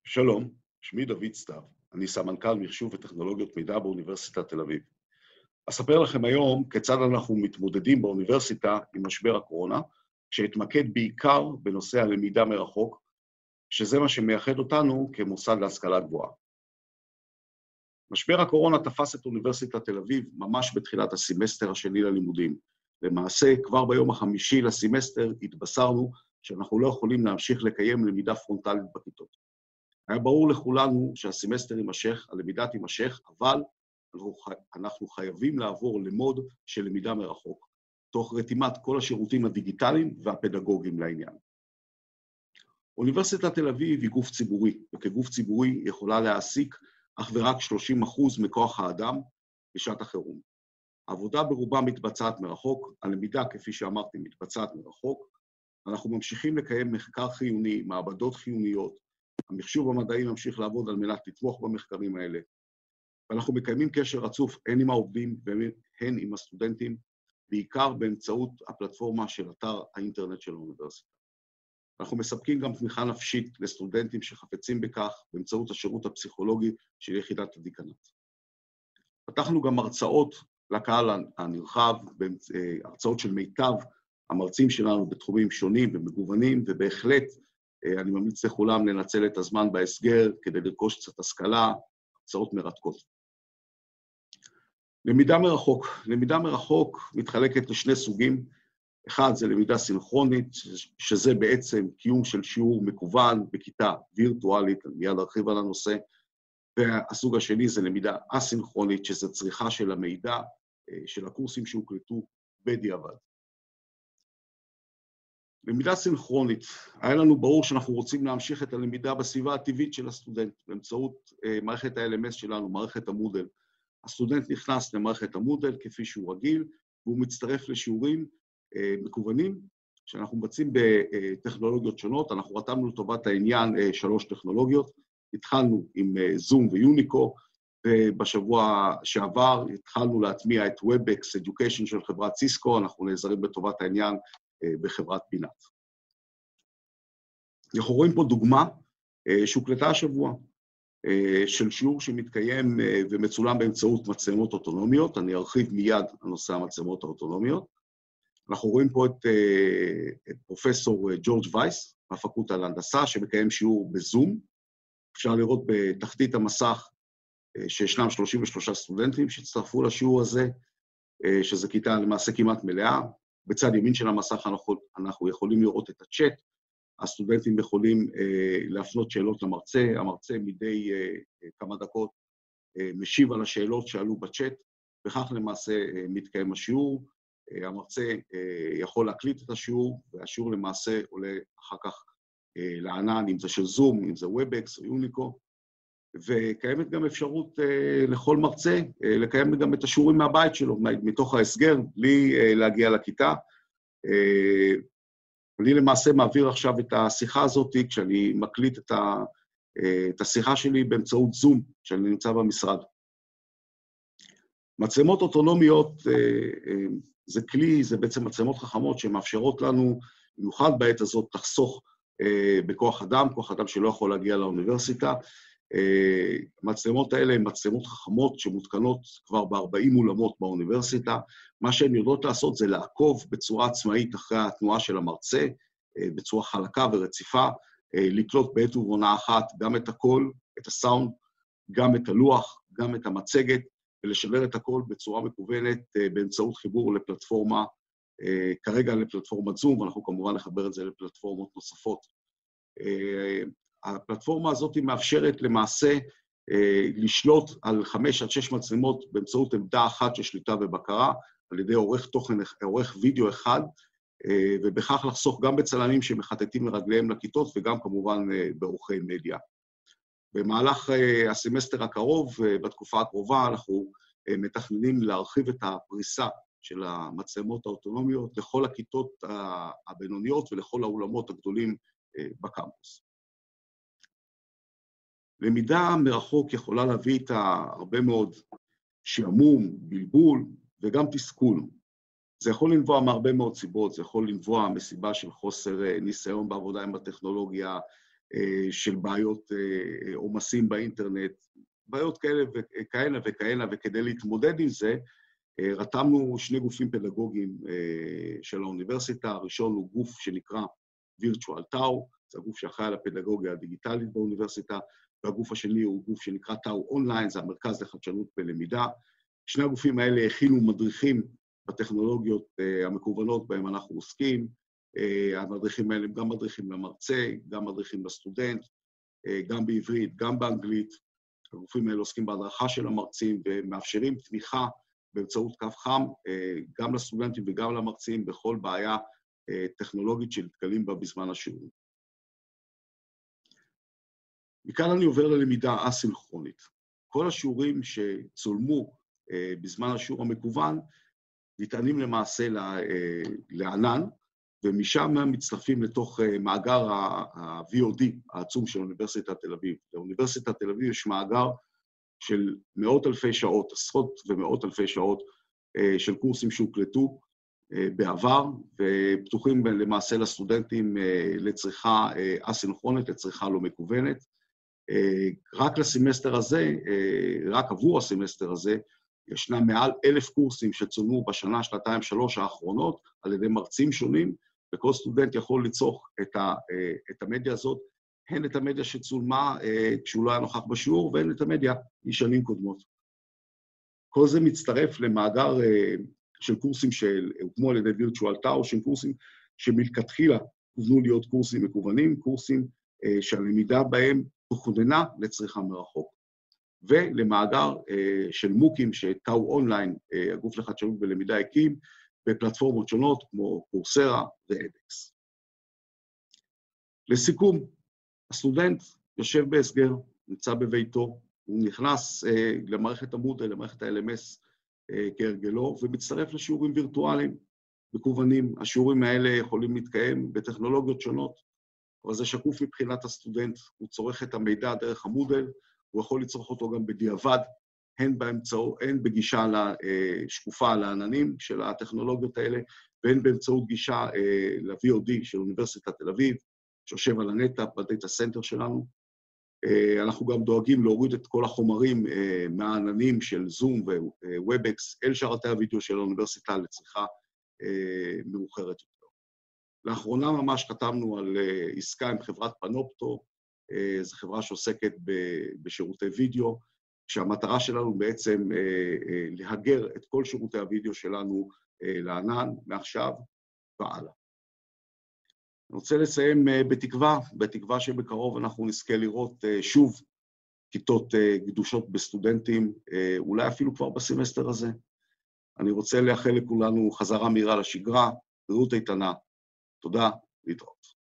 שלום, שמי דוד סתיו, אני סמנכ"ל מחשוב וטכנולוגיות מידע באוניברסיטת תל אביב. אספר לכם היום כיצד אנחנו מתמודדים באוניברסיטה עם משבר הקורונה, שהתמקד בעיקר בנושא הלמידה מרחוק, שזה מה שמייחד אותנו כמוסד להשכלה גבוהה. משבר הקורונה תפס את אוניברסיטת תל אביב ממש בתחילת הסמסטר השני ללימודים. למעשה, כבר ביום החמישי לסמסטר התבשרנו שאנחנו לא יכולים להמשיך לקיים למידה פרונטלית בכיתות. היה ברור לכולנו שהסמסטר יימשך, הלמידה תימשך, אבל אנחנו חייבים לעבור למוד של למידה מרחוק, תוך רתימת כל השירותים הדיגיטליים והפדגוגיים לעניין. אוניברסיטת תל אביב היא גוף ציבורי, וכגוף ציבורי יכולה להעסיק אך ורק 30% מכוח האדם בשעת החירום. העבודה ברובה מתבצעת מרחוק, הלמידה, כפי שאמרתי, מתבצעת מרחוק. אנחנו ממשיכים לקיים מחקר חיוני, מעבדות חיוניות, המחשוב המדעי ממשיך לעבוד על מנת לתמוך במחקרים האלה, ואנחנו מקיימים קשר רצוף הן עם העובדים והן עם הסטודנטים, בעיקר באמצעות הפלטפורמה של אתר האינטרנט של האוניברסיטה. אנחנו מספקים גם תמיכה נפשית לסטודנטים שחפצים בכך באמצעות השירות הפסיכולוגי של יחידת הדיקנט. פתחנו גם הרצאות לקהל הנרחב, הרצאות של מיטב המרצים שלנו בתחומים שונים ומגוונים, ובהחלט אני ממליץ לכולם לנצל את הזמן בהסגר כדי לרכוש קצת השכלה, הרצאות מרתקות. למידה מרחוק מתחלקת לשני סוגים. אחד זה למידה סינכרונית, שזה בעצם קיום של שיעור מקוון בכיתה וירטואלית, אני מיד ארחיב על הנושא, והסוג השני זה למידה אסינכרונית, שזה צריכה של המידע של הקורסים שהוקלטו בדיעבד. למידה סינכרונית, היה לנו ברור שאנחנו רוצים להמשיך את הלמידה בסביבה הטבעית של הסטודנט, באמצעות מערכת ה-LMS שלנו, מערכת המודל. הסטודנט נכנס למערכת המודל כפי שהוא רגיל, והוא מצטרף לשיעורים מקוונים, שאנחנו מבצעים בטכנולוגיות שונות. אנחנו רתמנו לטובת העניין 3 טכנולוגיות, התחלנו עם זום ויוניקו, ובשבוע שעבר התחלנו להטמיע את WebEx Education של חברת סיסקו, אנחנו נעזרים בטובת העניין בחברת בינת. אנחנו רואים פה דוגמה שהוקלטה השבוע, של שיעור שמתקיים ומצולם באמצעות מצלמות אוטונומיות. אני ארחיב מיד על נושא המצלמות האוטונומיות. אנחנו רואים פה את פרופסור ג'ורג' וייס, מהפקולטה להנדסה, שמקיים שיעור בזום. אפשר לראות בתחתית המסך שישנם 33 סטודנטים שהצטרפו לשיעור הזה, שזה כיתה למעשה כמעט מלאה. בצד ימין של המסך אנחנו יכולים לראות את הצ'אט, הסטודנטים יכולים להפנות שאלות למרצה, המרצה מדי כמה דקות משיב על השאלות שעלו בצ'אט, וכך למעשה מתקיים השיעור. המרצה יכול להקליט את השיעור, והשיעור למעשה עולה אחר כך לענן, אם זה של זום, אם זה WebEx או יוניקו, וקיימת גם אפשרות לכל מרצה לקיים גם את השיעורים מהבית שלו, מתוך ההסגר, בלי להגיע לכיתה. אני למעשה מעביר עכשיו את השיחה הזאת, כשאני מקליט את השיחה שלי באמצעות זום, כשאני נמצא במשרד. מצלמות אוטונומיות זה כלי, זה בעצם מצלמות חכמות שמאפשרות לנו, במיוחד בעת הזאת, לחסוך בכוח אדם, כוח אדם שלא יכול להגיע לאוניברסיטה. המצלמות האלה הן מצלמות חכמות שמותקנות כבר ב-40 אולמות באוניברסיטה. מה שהן יודעות לעשות זה לעקוב בצורה עצמאית אחרי התנועה של המרצה, בצורה חלקה ורציפה, לקלוט בעת ובעונה אחת גם את הקול, את הסאונד, גם את הלוח, גם את המצגת, ולשדר את הכל בצורה מקוונת באמצעות חיבור לפלטפורמה, כרגע לפלטפורמת זום, ואנחנו כמובן נחבר את זה לפלטפורמות נוספות. הפלטפורמה הזאת מאפשרת למעשה לשלוט על 5 עד 6 מצלמות באמצעות עמדה אחת של שליטה ובקרה, על ידי עורך וידאו אחד, ובכך לחסוך גם בצלמים שמחטטים לרגליהם לכיתות, וגם כמובן בעורכי מדיה. במהלך הסמסטר הקרוב, בתקופה הקרובה, אנחנו מתכננים להרחיב את הפריסה של המצלמות האוטונומיות לכל הכיתות הבינוניות ולכל האולמות הגדולים בקמפוס. למידה מרחוק יכולה להביא איתה הרבה מאוד שעמום, בלבול וגם תסכול. זה יכול לנבוע מהרבה מאוד סיבות, זה יכול לנבוע מסיבה של חוסר ניסיון בעבודה עם הטכנולוגיה, של בעיות עומסים באינטרנט, בעיות כאלה וכאלה, וכדי להתמודד עם זה, רתמנו שני גופים פדגוגיים של האוניברסיטה. הראשון הוא גוף שנקרא Virtual Tau, זה הגוף שאחראי על הפדגוגיה הדיגיטלית באוניברסיטה, והגוף השני הוא גוף שנקרא Tau Online, זה המרכז לחדשנות בלמידה. שני הגופים האלה הכילו מדריכים בטכנולוגיות המקוונות בהם אנחנו עוסקים. המדריכים האלה הם גם מדריכים למרצה, גם מדריכים לסטודנט, גם בעברית, גם באנגלית. הגופים האלה עוסקים בהדרכה של המרצים ומאפשרים תמיכה באמצעות קו חם, גם לסטודנטים וגם למרצים, בכל בעיה טכנולוגית שנתקלים בה בזמן השיעור. מכאן אני עובר ללמידה אסינכרונית. כל השיעורים שצולמו בזמן השיעור המקוון, ניתנים למעשה לענן, ומשם מצטרפים לתוך מאגר ה-VOD העצום של אוניברסיטת תל אביב. לאוניברסיטת תל אביב יש מאגר של מאות אלפי שעות, עשרות ומאות אלפי שעות של קורסים שהוקלטו בעבר, ופתוחים למעשה לסטודנטים לצריכה אסינכרונית, לצריכה לא מקוונת. רק לסמסטר הזה, רק עבור הסמסטר הזה, ישנם מעל 1,000 קורסים שצולמו בשנה, שנתיים, 3 האחרונות, על ידי מרצים שונים, וכל סטודנט יכול לצרוך את המדיה הזאת, הן את המדיה שצולמה כשהוא לא היה נוכח בשיעור, והן את המדיה משנים קודמות. כל זה מצטרף למאגר של קורסים שהוקמו על ידי Virtual Tau, שהם קורסים שמלכתחילה הובנו להיות קורסים מקוונים, קורסים שהלמידה בהם תוכננה לצריכה מרחוק. ולמאגר של מוקים שטאו אונליין, הגוף לחדשנות בלמידה, הקים בפלטפורמות שונות כמו קורסרה ואדקס. לסיכום, הסטודנט יושב בהסגר, נמצא בביתו, הוא נכנס למערכת המודל, למערכת ה-LMS כהרגלו, ומצטרף לשיעורים וירטואליים מקוונים. השיעורים האלה יכולים להתקיים בטכנולוגיות שונות, אבל זה שקוף מבחינת הסטודנט, הוא צורך את המידע דרך המודל, הוא יכול לצרוך אותו גם בדיעבד, הן בגישה שקופה לעננים של הטכנולוגיות האלה, והן באמצעות גישה ל-VOD של אוניברסיטת תל אביב, שיושב על הנטאפ, בדאטה סנטר שלנו. אנחנו גם דואגים להוריד את כל החומרים מהעננים של זום ווובקס אל שרתי הוידאו של האוניברסיטה לצריכה מאוחרת יותר. לאחרונה ממש חתמנו על עסקה עם חברת פנופטו, זו חברה שעוסקת בשירותי וידאו, שהמטרה שלנו בעצם להגר את כל שירותי הוידאו שלנו לענן, מעכשיו והלאה. אני רוצה לסיים בתקווה שבקרוב אנחנו נזכה לראות שוב כיתות גדושות בסטודנטים, אולי אפילו כבר בסמסטר הזה. אני רוצה לאחל לכולנו חזרה מהירה לשגרה, בריאות איתנה. תודה, להתראות.